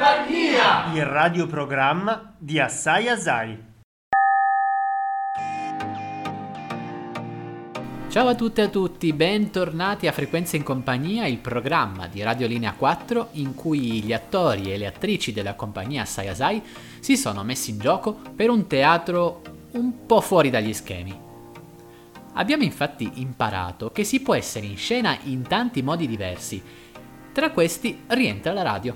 compagnia! Il radioprogramma di Assai Asai. Ciao a tutte e a tutti, bentornati a Frequenza in Compagnia, il programma di Radio Linea 4 in cui gli attori e le attrici della compagnia Assai Asai si sono messi in gioco per un teatro un po' fuori dagli schemi. Abbiamo infatti imparato che si può essere in scena in tanti modi diversi. Tra questi rientra la radio.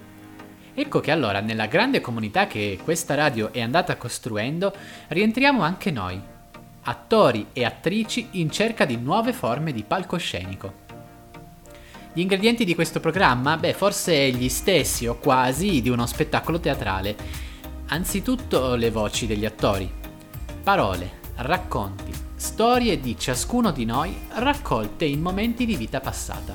Ecco che allora nella grande comunità che questa radio è andata costruendo rientriamo anche noi, attori e attrici in cerca di nuove forme di palcoscenico. Gli ingredienti di questo programma, forse gli stessi o quasi di uno spettacolo teatrale. Anzitutto le voci degli attori, parole, racconti, storie di ciascuno di noi raccolte in momenti di vita passata.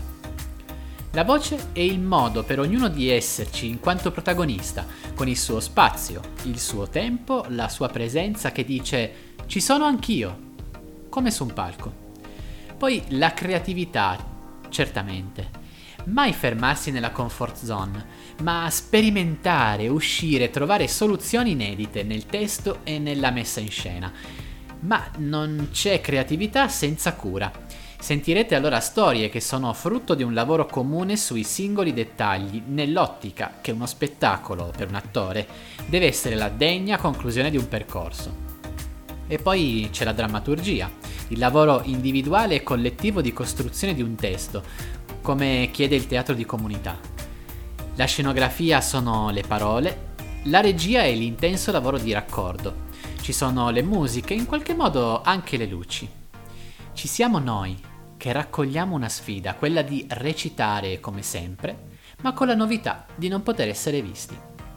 La voce è il modo per ognuno di esserci in quanto protagonista, con il suo spazio, il suo tempo, la sua presenza che dice «ci sono anch'io», come su un palco. Poi la creatività, certamente. Mai fermarsi nella comfort zone, ma sperimentare, uscire, trovare soluzioni inedite nel testo e nella messa in scena. Ma non c'è creatività senza cura. Sentirete allora storie che sono frutto di un lavoro comune sui singoli dettagli, nell'ottica che uno spettacolo, per un attore, deve essere la degna conclusione di un percorso. E poi c'è la drammaturgia, il lavoro individuale e collettivo di costruzione di un testo, come chiede il teatro di comunità. La scenografia sono le parole, la regia è l'intenso lavoro di raccordo. Ci sono le musiche, in qualche modo anche le luci. Ci siamo noi, che raccogliamo una sfida, quella di recitare come sempre, ma con la novità di non poter essere visti.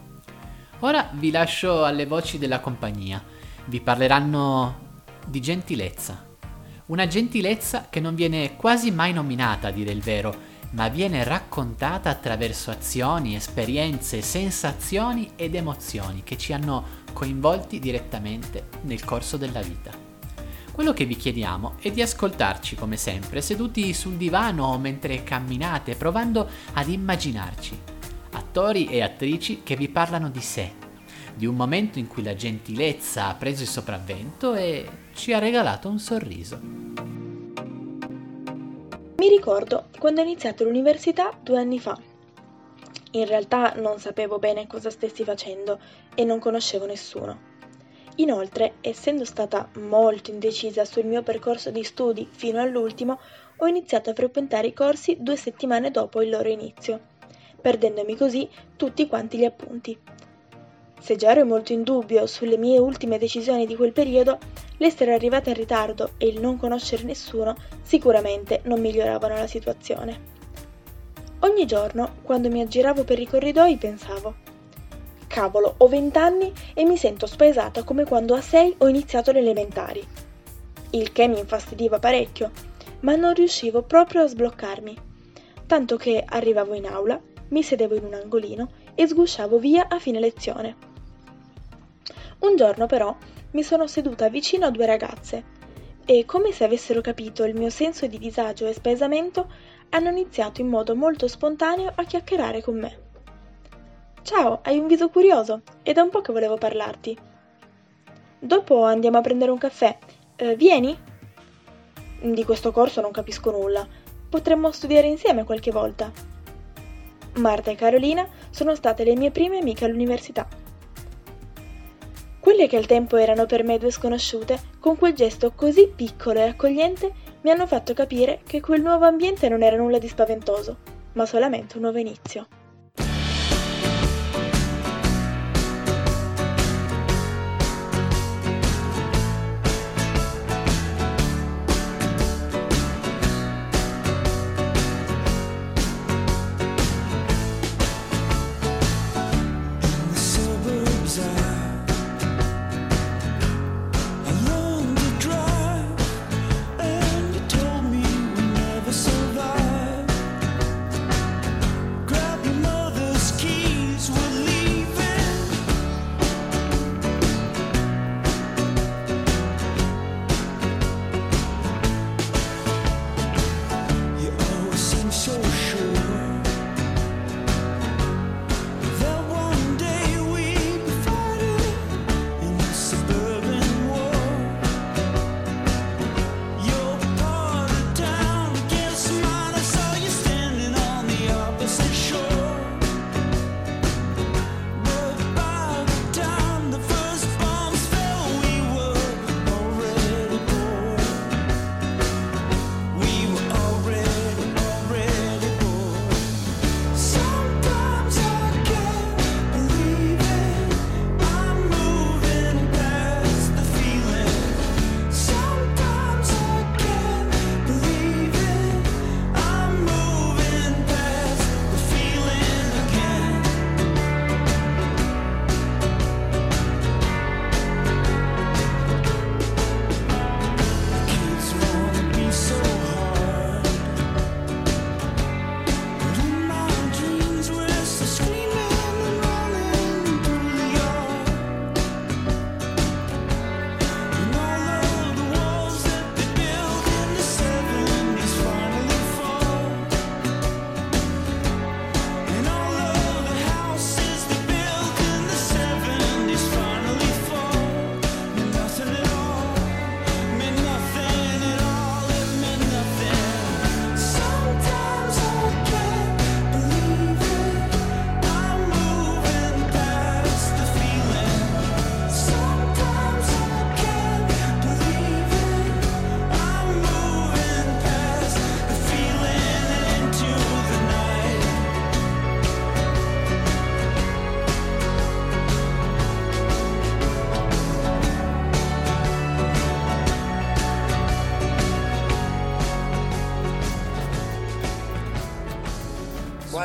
Ora vi lascio alle voci della compagnia. Vi parleranno di gentilezza. Una gentilezza che non viene quasi mai nominata, a dire il vero, ma viene raccontata attraverso azioni, esperienze, sensazioni ed emozioni che ci hanno coinvolti direttamente nel corso della vita. Quello che vi chiediamo è di ascoltarci come sempre, seduti sul divano o mentre camminate, provando ad immaginarci. Attori e attrici che vi parlano di sé, di un momento in cui la gentilezza ha preso il sopravvento e ci ha regalato un sorriso. Mi ricordo quando ho iniziato l'università 2 anni fa. In realtà non sapevo bene cosa stessi facendo e non conoscevo nessuno. Inoltre, essendo stata molto indecisa sul mio percorso di studi fino all'ultimo, ho iniziato a frequentare i corsi 2 settimane dopo il loro inizio, perdendomi così tutti quanti gli appunti. Se già ero molto in dubbio sulle mie ultime decisioni di quel periodo, l'essere arrivata in ritardo e il non conoscere nessuno sicuramente non miglioravano la situazione. Ogni giorno, quando mi aggiravo per i corridoi, pensavo: cavolo, ho 20 anni e mi sento spaesata come quando a 6 ho iniziato le elementari. Il che mi infastidiva parecchio, ma non riuscivo proprio a sbloccarmi, tanto che arrivavo in aula, mi sedevo in un angolino e sgusciavo via a fine lezione. Un giorno però mi sono seduta vicino a 2 ragazze e, come se avessero capito il mio senso di disagio e spaesamento, hanno iniziato in modo molto spontaneo a chiacchierare con me. «Ciao, hai un viso curioso, è da un po' che volevo parlarti. Dopo andiamo a prendere un caffè, vieni?» «Di questo corso non capisco nulla, potremmo studiare insieme qualche volta». Marta e Carolina sono state le mie prime amiche all'università. Quelle che al tempo erano per me 2 sconosciute, con quel gesto così piccolo e accogliente, mi hanno fatto capire che quel nuovo ambiente non era nulla di spaventoso, ma solamente un nuovo inizio. Grab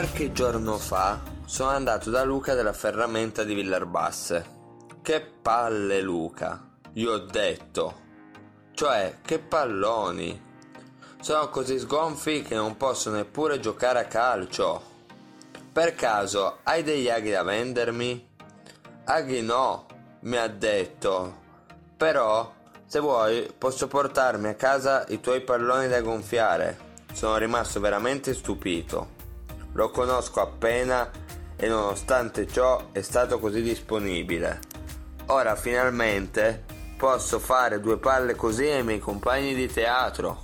Qualche giorno fa sono andato da Luca della ferramenta di Villarbasse. Che palle, Luca, gli ho detto. Cioè, che palloni. Sono così sgonfi che non posso neppure giocare a calcio. Per caso hai degli aghi da vendermi? Aghi no, mi ha detto. Però, se vuoi, posso portarmi a casa i tuoi palloni da gonfiare. Sono rimasto veramente stupito. Lo conosco appena e nonostante ciò è stato così disponibile. Ora finalmente posso fare due palle così ai miei compagni di teatro.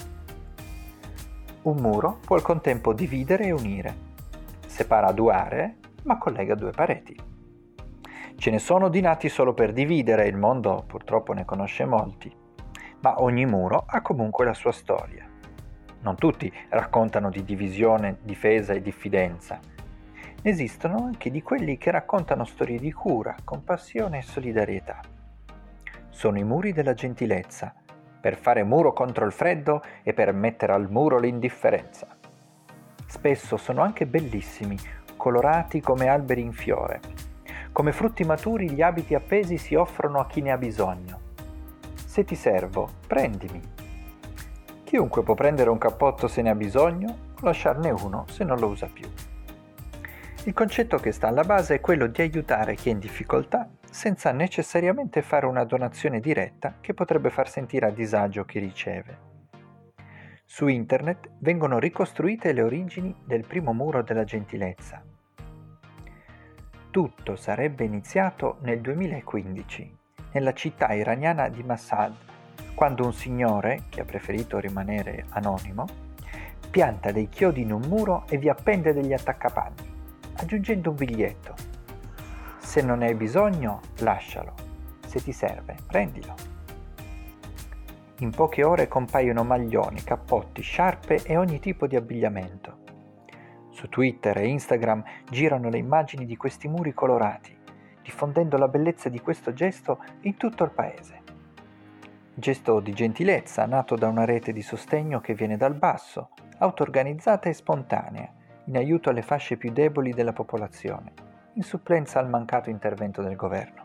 Un muro può al contempo dividere e unire. Separa due aree, ma collega due pareti. Ce ne sono di nati solo per dividere, il mondo purtroppo ne conosce molti, ma ogni muro ha comunque la sua storia. Non tutti raccontano di divisione, difesa e diffidenza. Ne esistono anche di quelli che raccontano storie di cura, compassione e solidarietà. Sono i muri della gentilezza, per fare muro contro il freddo e per mettere al muro l'indifferenza. Spesso sono anche bellissimi, colorati come alberi in fiore. Come frutti maturi gli abiti appesi si offrono a chi ne ha bisogno. Se ti servo, prendimi. Chiunque può prendere un cappotto se ne ha bisogno o lasciarne uno se non lo usa più. Il concetto che sta alla base è quello di aiutare chi è in difficoltà senza necessariamente fare una donazione diretta che potrebbe far sentire a disagio chi riceve. Su internet vengono ricostruite le origini del primo muro della gentilezza. Tutto sarebbe iniziato nel 2015, nella città iraniana di Mashhad, quando un signore, che ha preferito rimanere anonimo, pianta dei chiodi in un muro e vi appende degli attaccapanni, aggiungendo un biglietto. Se non ne hai bisogno, lascialo. Se ti serve, prendilo. In poche ore compaiono maglioni, cappotti, sciarpe e ogni tipo di abbigliamento. Su Twitter e Instagram girano le immagini di questi muri colorati, diffondendo la bellezza di questo gesto in tutto il paese. Gesto di gentilezza nato da una rete di sostegno che viene dal basso, auto-organizzata e spontanea, in aiuto alle fasce più deboli della popolazione, in supplenza al mancato intervento del governo.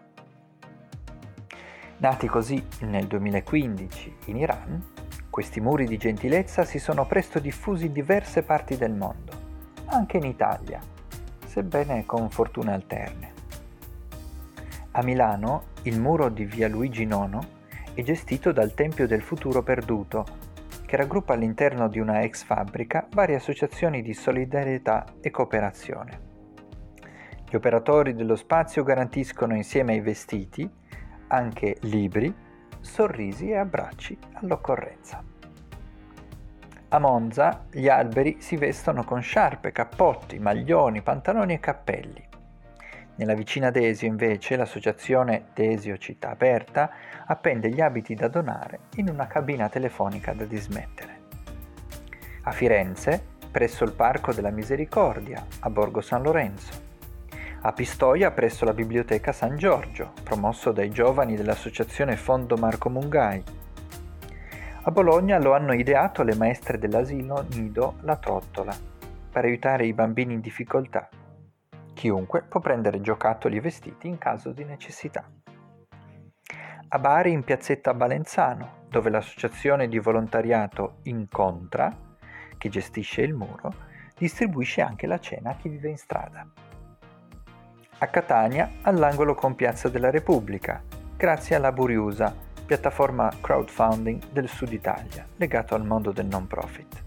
Nati così nel 2015 in Iran, questi muri di gentilezza si sono presto diffusi in diverse parti del mondo, anche in Italia, sebbene con fortune alterne. A Milano, il muro di via Luigi IX è gestito dal Tempio del Futuro Perduto, che raggruppa all'interno di una ex fabbrica varie associazioni di solidarietà e cooperazione. Gli operatori dello spazio garantiscono insieme ai vestiti anche libri, sorrisi e abbracci all'occorrenza. A Monza gli alberi si vestono con sciarpe, cappotti, maglioni, pantaloni e cappelli. Nella vicina Desio, invece, l'associazione Desio Città Aperta appende gli abiti da donare in una cabina telefonica da dismettere. A Firenze, presso il Parco della Misericordia, a Borgo San Lorenzo. A Pistoia, presso la Biblioteca San Giorgio, promosso dai giovani dell'associazione Fondo Marco Mungai. A Bologna lo hanno ideato le maestre dell'asilo Nido La Trottola, per aiutare i bambini in difficoltà. Chiunque può prendere giocattoli e vestiti in caso di necessità. A Bari, in piazzetta Balenzano, dove l'associazione di volontariato Incontra, che gestisce il muro, distribuisce anche la cena a chi vive in strada. A Catania, all'angolo con Piazza della Repubblica, grazie alla Buriusa, piattaforma crowdfunding del Sud Italia, legato al mondo del non profit.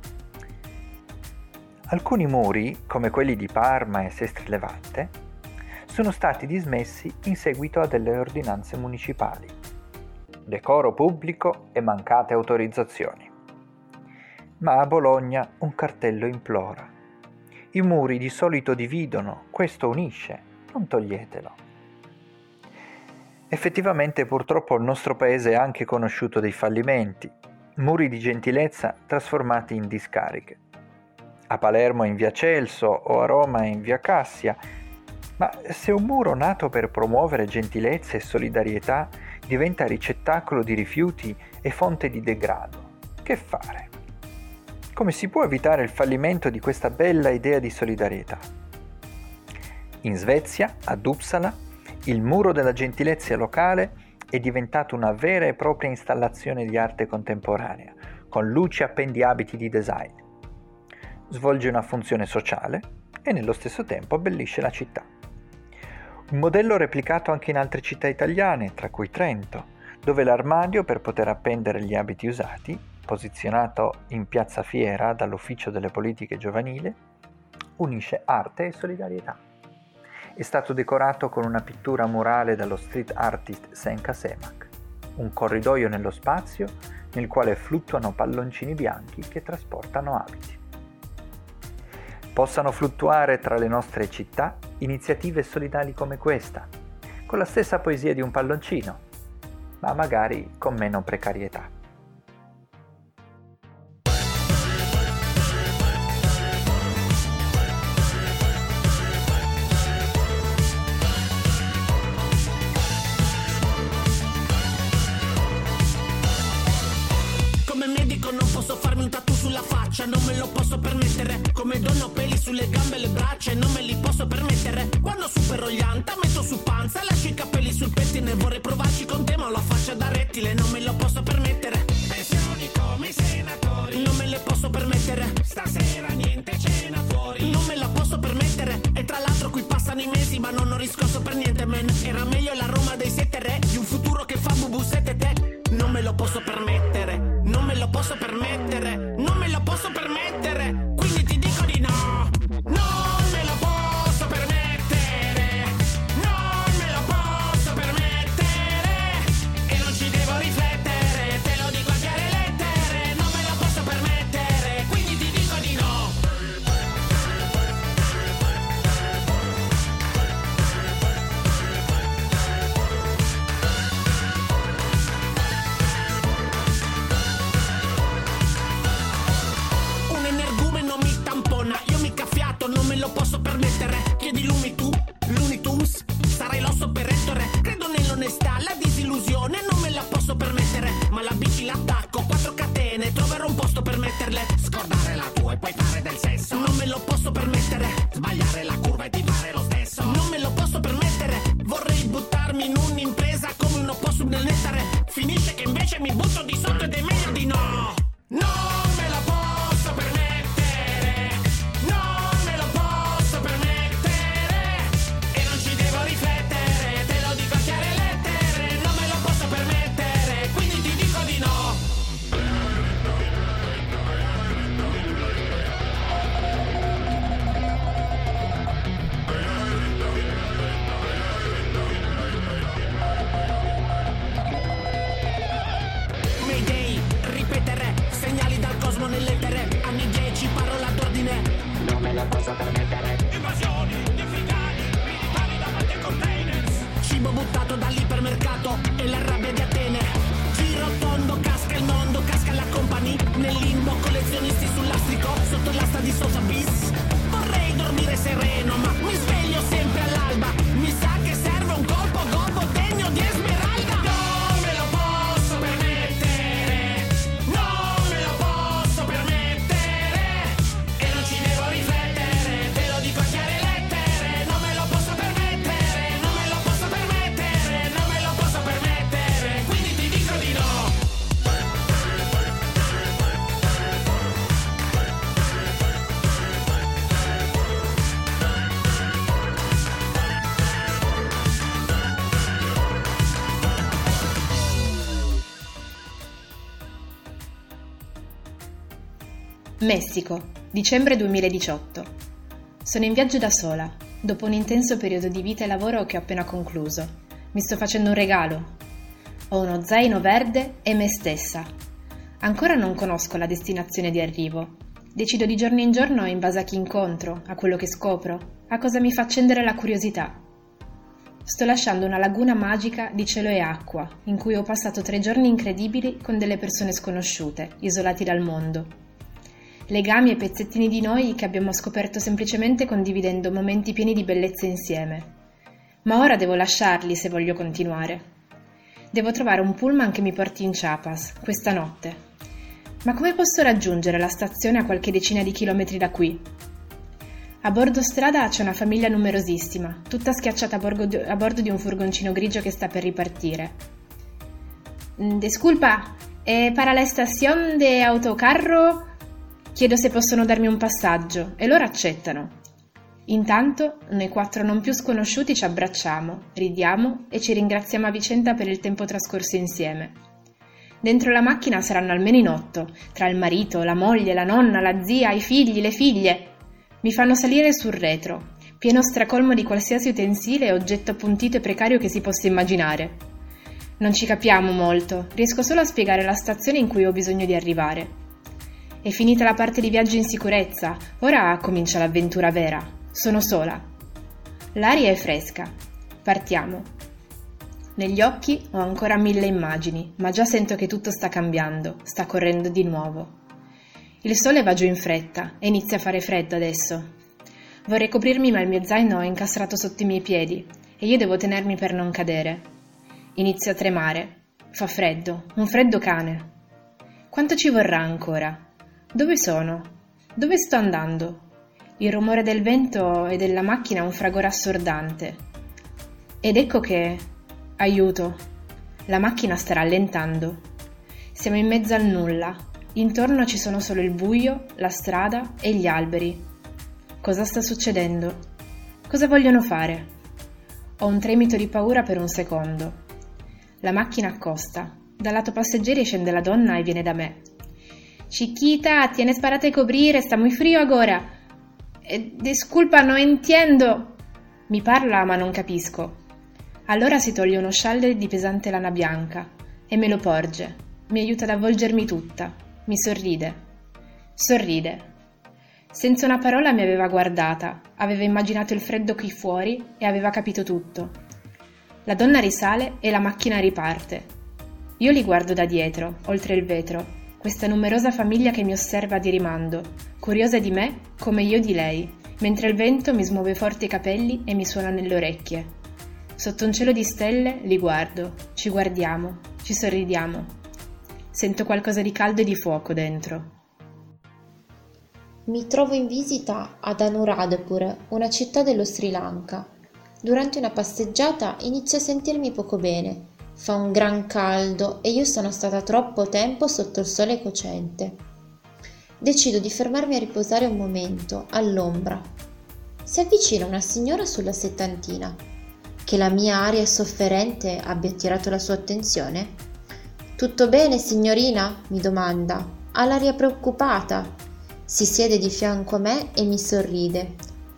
Alcuni muri, come quelli di Parma e Sestri Levante, sono stati dismessi in seguito a delle ordinanze municipali. Decoro pubblico e mancate autorizzazioni. Ma a Bologna un cartello implora. I muri di solito dividono, questo unisce, non toglietelo. Effettivamente purtroppo il nostro paese ha anche conosciuto dei fallimenti, muri di gentilezza trasformati in discariche. A Palermo in via Celso o a Roma in via Cassia, ma se un muro nato per promuovere gentilezza e solidarietà diventa ricettacolo di rifiuti e fonte di degrado, che fare? Come si può evitare il fallimento di questa bella idea di solidarietà? In Svezia, ad Uppsala, il muro della gentilezza locale è diventato una vera e propria installazione di arte contemporanea, con luci appendiabiti di design. Svolge una funzione sociale e nello stesso tempo abbellisce la città. Un modello replicato anche in altre città italiane, tra cui Trento, dove l'armadio per poter appendere gli abiti usati, posizionato in piazza Fiera dall'Ufficio delle Politiche Giovanili, unisce arte e solidarietà. È stato decorato con una pittura murale dallo street artist Senka Semak, un corridoio nello spazio nel quale fluttuano palloncini bianchi che trasportano abiti. Possano fluttuare tra le nostre città iniziative solidali come questa, con la stessa poesia di un palloncino, ma magari con meno precarietà. Come medico non posso farmi un tattoo sulla faccia, non me lo posso permettere. Come donna ho peli sulle gambe e le braccia e non me li posso permettere. Quando supero gli anta metto su panza, lascio i capelli sul pettine. Vorrei provarci con te ma ho la faccia da rettile, non me lo posso permettere. Pensioni come i senatori, non me le posso permettere. Stasera niente cena fuori, non me la posso permettere. E tra l'altro qui passano i mesi ma non ho riscosso per niente, man. Era meglio la Roma dei 7 re, di un futuro che fa bubu 7 te. Non me lo posso permettere, non me lo posso permettere, non me lo posso permettere, quindi ti dico di no. Non me lo posso permettere, non me lo posso permettere, e non ci devo riflettere, te lo dico a chiare lettere, non me lo posso permettere, quindi ti dico di no. Io mica fiato, non me lo posso permettere. Chiedi Lumi tu, Looney Tunes, sarai l'osso per Ettore. Credo nell'onestà, la disillusione non me la posso permettere. Ma la bici l'attacco, 4 catene, troverò un posto per metterle. Scordare la tua e poi fare del sesso, non me lo posso permettere. Sbagliare la curva e ti fare lo stesso, non me lo posso permettere. Vorrei buttarmi in un'impresa come un opossum nel nettare. Finisce che invece mi butto di sotto ed è meglio di no. Non me lo posso permettere, non me lo posso permettere, e non ci devo riflettere, te lo dico a chiare lettere, non me lo posso permettere, quindi ti dico di no. Mayday, ripetere, segnali dal cosmo nell'etere, anni 10, parola d'ordine, non me la posso permettere. Invasioni, defigani, militari davanti ai containers, cibo buttato dall'ipermercato e la rabbia di Atene. Giro tondo, casca il mondo, casca la company, nel limbo collezionisti sul lastrico, sotto l'asta di Sotheby's. Vorrei dormire sereno ma mi sveglio sempre all'alba, mi sa che serve un colpo gobbo degno di Esmeralda. Non me lo posso permettere, non me lo posso permettere, e non ci devo riflettere, te lo dico a chiare lettere, non me lo posso permettere, non me lo posso permettere, non me lo posso permettere, quindi ti dico di no. Messico, dicembre 2018. Sono in viaggio da sola, dopo un intenso periodo di vita e lavoro che ho appena concluso. Mi sto facendo un regalo. Ho uno zaino verde e me stessa. Ancora non conosco la destinazione di arrivo. Decido di giorno in giorno in base a chi incontro, a quello che scopro, a cosa mi fa accendere la curiosità. Sto lasciando una laguna magica di cielo e acqua, in cui ho passato 3 giorni incredibili con delle persone sconosciute, isolati dal mondo. Legami e pezzettini di noi che abbiamo scoperto semplicemente condividendo momenti pieni di bellezza insieme. Ma ora devo lasciarli se voglio continuare. Devo trovare un pullman che mi porti in Chiapas, questa notte. Ma come posso raggiungere la stazione a qualche decina di chilometri da qui? A bordo strada c'è una famiglia numerosissima, tutta schiacciata a bordo di un furgoncino grigio che sta per ripartire. Disculpa, para la estación de autocarro? Chiedo se possono darmi un passaggio e loro accettano. Intanto, noi 4 non più sconosciuti ci abbracciamo, ridiamo e ci ringraziamo a vicenda per il tempo trascorso insieme. Dentro la macchina saranno almeno in 8, tra il marito, la moglie, la nonna, la zia, i figli, le figlie. Mi fanno salire sul retro, pieno stracolmo di qualsiasi utensile e oggetto appuntito e precario che si possa immaginare. Non ci capiamo molto, riesco solo a spiegare la stazione in cui ho bisogno di arrivare. È finita la parte di viaggio in sicurezza, ora comincia l'avventura vera. Sono sola. L'aria è fresca. Partiamo. Negli occhi ho ancora 1000 immagini, ma già sento che tutto sta cambiando, sta correndo di nuovo. Il sole va giù in fretta e inizia a fare freddo adesso. Vorrei coprirmi, ma il mio zaino è incastrato sotto i miei piedi e io devo tenermi per non cadere. Inizio a tremare. Fa freddo, un freddo cane. Quanto ci vorrà ancora? Dove sono? Dove sto andando? Il rumore del vento e della macchina ha un fragore assordante. Ed ecco che... Aiuto! La macchina sta rallentando. Siamo in mezzo al nulla. Intorno ci sono solo il buio, la strada e gli alberi. Cosa sta succedendo? Cosa vogliono fare? Ho un tremito di paura per un secondo. La macchina accosta. Dal lato passeggeri scende la donna e viene da me. Chiquita, tienes para te cobrir, está muy frío agora. Disculpa, no entiendo. Mi parla ma non capisco. Allora si toglie uno scialle di pesante lana bianca e me lo porge. Mi aiuta ad avvolgermi tutta. Mi sorride. Sorride. Senza una parola mi aveva guardata, aveva immaginato il freddo qui fuori e aveva capito tutto. La donna risale e la macchina riparte. Io li guardo da dietro, oltre il vetro, questa numerosa famiglia che mi osserva di rimando, curiosa di me come io di lei, mentre il vento mi smuove forte i capelli e mi suona nelle orecchie. Sotto un cielo di stelle li guardo, ci guardiamo, ci sorridiamo. Sento qualcosa di caldo e di fuoco dentro. Mi trovo in visita ad Anuradhapura, una città dello Sri Lanka. Durante una passeggiata inizio a sentirmi poco bene. Fa un gran caldo e io sono stata troppo tempo sotto il sole cocente. Decido di fermarmi a riposare un momento, all'ombra. Si avvicina una signora sulla settantina. Che la mia aria sofferente abbia attirato la sua attenzione? «Tutto bene, signorina?» mi domanda. Ha l'aria preoccupata. Si siede di fianco a me e mi sorride.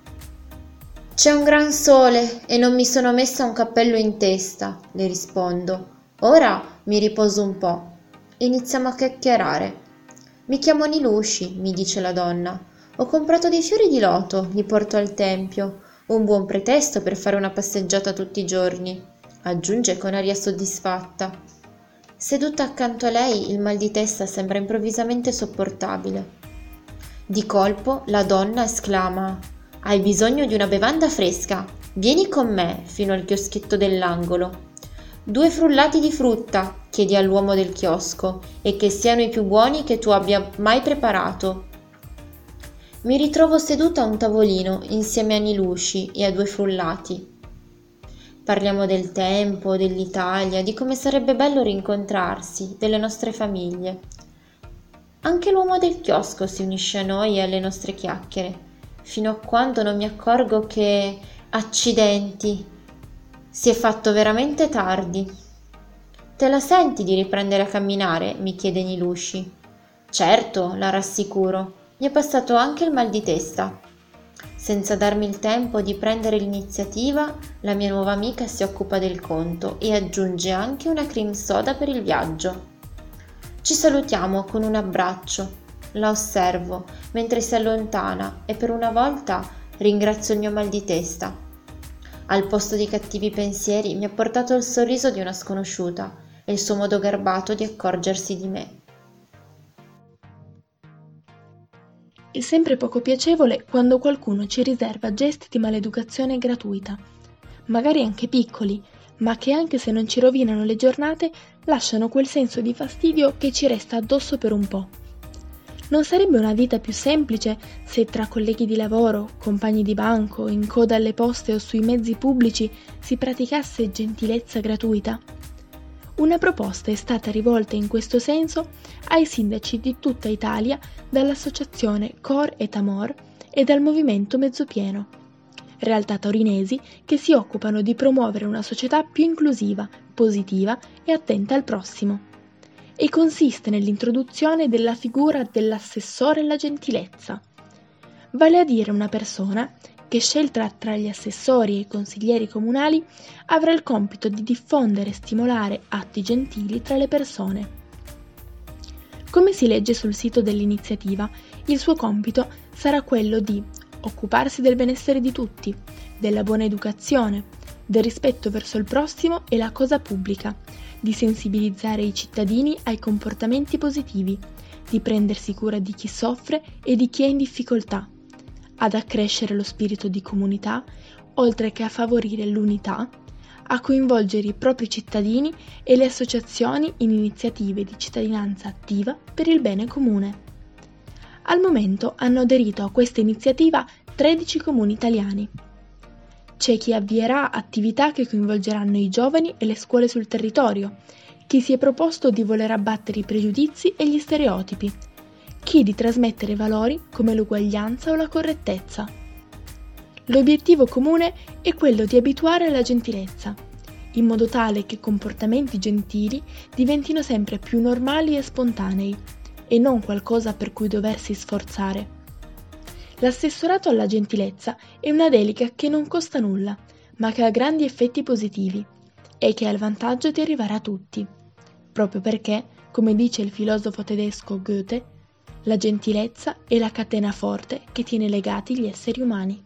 «C'è un gran sole e non mi sono messa un cappello in testa», le rispondo. «Ora mi riposo un po'». Iniziamo a chiacchierare. «Mi chiamo Nilushi», mi dice la donna. «Ho comprato dei fiori di loto, li porto al tempio. Un buon pretesto per fare una passeggiata tutti i giorni», aggiunge con aria soddisfatta. Seduta accanto a lei, il mal di testa sembra improvvisamente sopportabile. Di colpo la donna esclama: «Hai bisogno di una bevanda fresca? Vieni con me fino al chioschetto dell'angolo. 2 frullati di frutta», chiedi all'uomo del chiosco, «e che siano i più buoni che tu abbia mai preparato». Mi ritrovo seduta a un tavolino insieme a Nilushi e a 2 frullati. Parliamo del tempo, dell'Italia, di come sarebbe bello rincontrarsi, delle nostre famiglie. Anche l'uomo del chiosco si unisce a noi e alle nostre chiacchiere, fino a quando non mi accorgo che, accidenti, si è fatto veramente tardi. «Te la senti di riprendere a camminare?» mi chiede Nilushi. «Certo», la rassicuro. Mi è passato anche il mal di testa. Senza darmi il tempo di prendere l'iniziativa, la mia nuova amica si occupa del conto e aggiunge anche una cream soda per il viaggio. Ci salutiamo con un abbraccio. La osservo mentre si allontana e per una volta ringrazio il mio mal di testa. Al posto di cattivi pensieri mi ha portato il sorriso di una sconosciuta e il suo modo garbato di accorgersi di me. È sempre poco piacevole quando qualcuno ci riserva gesti di maleducazione gratuita, magari anche piccoli, ma che anche se non ci rovinano le giornate, lasciano quel senso di fastidio che ci resta addosso per un po'. Non sarebbe una vita più semplice se tra colleghi di lavoro, compagni di banco, in coda alle poste o sui mezzi pubblici si praticasse gentilezza gratuita? Una proposta è stata rivolta in questo senso ai sindaci di tutta Italia dall'associazione Cor et Amor e dal movimento Mezzopieno, realtà torinesi che si occupano di promuovere una società più inclusiva, positiva e attenta al prossimo. E consiste nell'introduzione della figura dell'assessore alla gentilezza, vale a dire una persona che, scelta tra gli assessori e i consiglieri comunali, avrà il compito di diffondere e stimolare atti gentili tra le persone. Come si legge sul sito dell'iniziativa, il suo compito sarà quello di occuparsi del benessere di tutti, della buona educazione, del rispetto verso il prossimo e la cosa pubblica, di sensibilizzare i cittadini ai comportamenti positivi, di prendersi cura di chi soffre e di chi è in difficoltà, ad accrescere lo spirito di comunità, oltre che a favorire l'unità, a coinvolgere i propri cittadini e le associazioni in iniziative di cittadinanza attiva per il bene comune. Al momento hanno aderito a questa iniziativa 13 comuni italiani. C'è chi avvierà attività che coinvolgeranno i giovani e le scuole sul territorio, chi si è proposto di voler abbattere i pregiudizi e gli stereotipi, chi di trasmettere valori come l'uguaglianza o la correttezza. L'obiettivo comune è quello di abituare alla gentilezza, in modo tale che comportamenti gentili diventino sempre più normali e spontanei, e non qualcosa per cui doversi sforzare. L'assessorato alla gentilezza è una delega che non costa nulla, ma che ha grandi effetti positivi e che ha il vantaggio di arrivare a tutti, proprio perché, come dice il filosofo tedesco Goethe, la gentilezza è la catena forte che tiene legati gli esseri umani.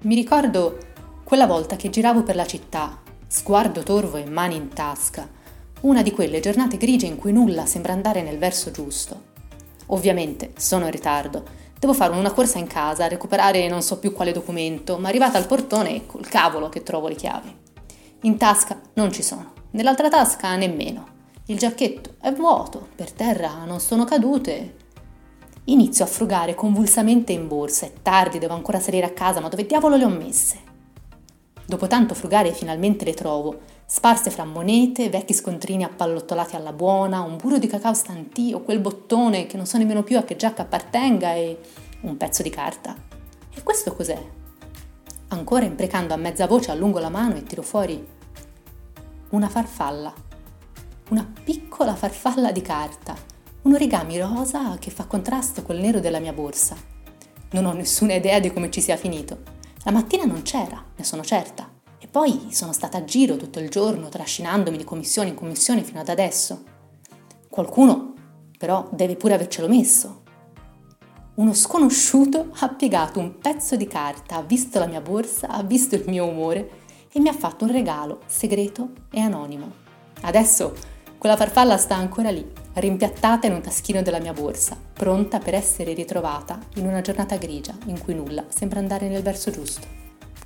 Mi ricordo quella volta che giravo per la città, sguardo torvo e mani in tasca, una di quelle giornate grigie in cui nulla sembra andare nel verso giusto. Ovviamente sono in ritardo, devo fare una corsa in casa, recuperare non so più quale documento, ma arrivata al portone col cavolo che trovo le chiavi. In tasca non ci sono, nell'altra tasca nemmeno. Il giacchetto è vuoto, per terra non sono cadute. Inizio a frugare convulsamente in borsa, è tardi, devo ancora salire a casa, ma dove diavolo le ho messe? Dopo tanto frugare finalmente le trovo, sparse fra monete, vecchi scontrini appallottolati alla buona, un burro di cacao stantio, quel bottone che non so nemmeno più a che giacca appartenga e un pezzo di carta. E questo cos'è? Ancora imprecando a mezza voce allungo la mano e tiro fuori una farfalla, una piccola farfalla di carta, un origami rosa che fa contrasto col nero della mia borsa. Non ho nessuna idea di come ci sia finito. La mattina non c'era, ne sono certa. E poi sono stata a giro tutto il giorno, trascinandomi di commissione in commissione fino ad adesso. Qualcuno, però, deve pure avercelo messo. Uno sconosciuto ha piegato un pezzo di carta, ha visto la mia borsa, ha visto il mio umore e mi ha fatto un regalo segreto e anonimo. Adesso quella farfalla sta ancora lì, rimpiattata in un taschino della mia borsa, pronta per essere ritrovata in una giornata grigia in cui nulla sembra andare nel verso giusto.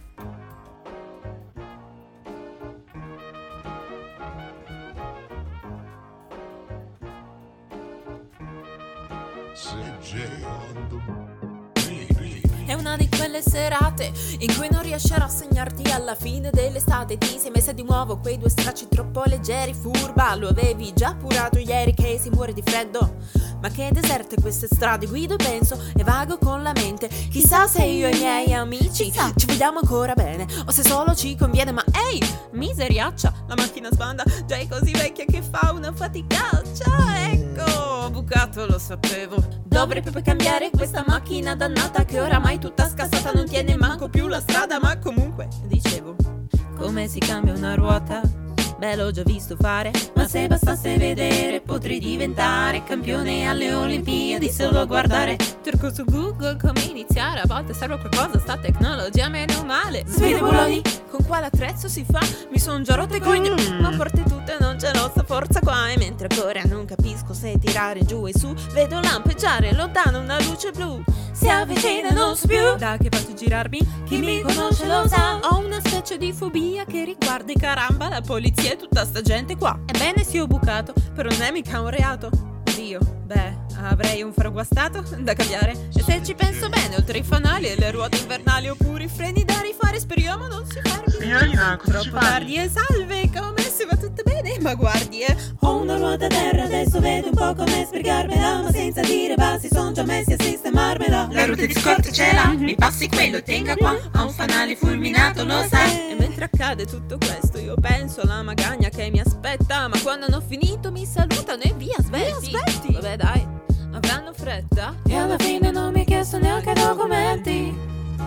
È una di quelle serate in cui non riesci a rassegnarti alla fine dell'estate. Ti sei messa di nuovo quei due stracci troppo leggeri. Furba, lo avevi già appurato ieri che si muore di freddo. Ma che deserte queste strade, guido e penso e vago con la mente. Chissà se io e i miei amici ci vogliamo ancora bene o se solo ci conviene. Ma ehi, miseriaccia, la macchina sbanda, già è così vecchia che fa una faticaccia. Ecco, bucato, lo sapevo. Dovrei proprio cambiare questa macchina dannata che oramai tutta scassata, non tiene manco più la strada. Ma comunque, dicevo, come si cambia una ruota? Beh, l'ho già visto fare, ma se bastasse vedere potrei diventare campione alle Olimpiadi solo a guardare. Cerco su Google come iniziare, a volte serve qualcosa, sta tecnologia meno male. Sfide Bologna, con quale attrezzo si fa? Mi son già rotte cogne, ma porte tutte non c'è nostra forza qua. E mentre ancora non capisco se tirare giù e su, vedo lampeggiare lontano una luce blu. Si avvicina, non so più da che parte girarmi, chi mi conosce lo sa. Ho una specie di fobia che riguarda caramba la polizia e tutta sta gente qua. Ebbene sì, ho bucato, però non è mica un reato. Oddio, beh, avrei un faro guastato da cambiare. E se ci penso bene, oltre i fanali e le ruote invernali oppure i freni da rifare, speriamo non si fermi. Signorina, cosa ci Troppo tardi e salve, come se va tutto bene, ma guardi ho una ruota a terra, adesso vedo un po' come spiegarmela, ma senza dire basti, son già messi a sistemarmela. La ruota di scorta ce l'ha, mi passi quello, tenga qua, ho un fanale fulminato, lo sai. E mentre accade tutto questo io penso alla magagna che mi aspetta, ma quando hanno finito mi salutano e via svelti. Vabbè dai, avranno fretta e alla fine non mi ha chiesto neanche documenti.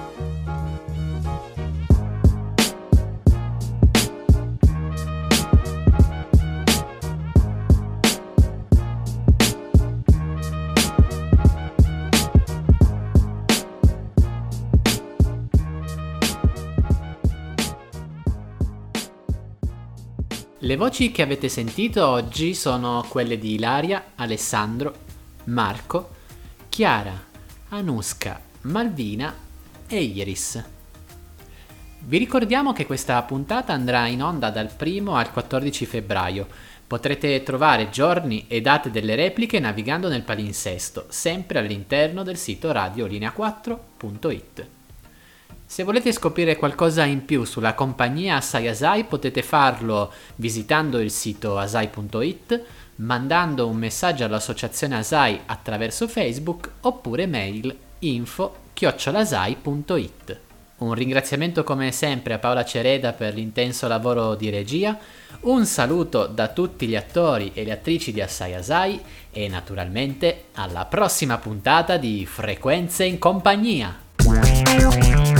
Le voci che avete sentito oggi sono quelle di Ilaria, Alessandro, Marco, Chiara, Anuska, Malvina e Iris. Vi ricordiamo che questa puntata andrà in onda dal 1 al 14 febbraio. Potrete trovare giorni e date delle repliche navigando nel palinsesto, sempre all'interno del sito radiolinea4.it. Se volete scoprire qualcosa in più sulla compagnia Asai Asai potete farlo visitando il sito asai.it, mandando un messaggio all'associazione Asai attraverso Facebook oppure mail info@asai.it. Un ringraziamento come sempre a Paola Cereda per l'intenso lavoro di regia, un saluto da tutti gli attori e le attrici di Asai Asai e naturalmente alla prossima puntata di Frequenze in Compagnia.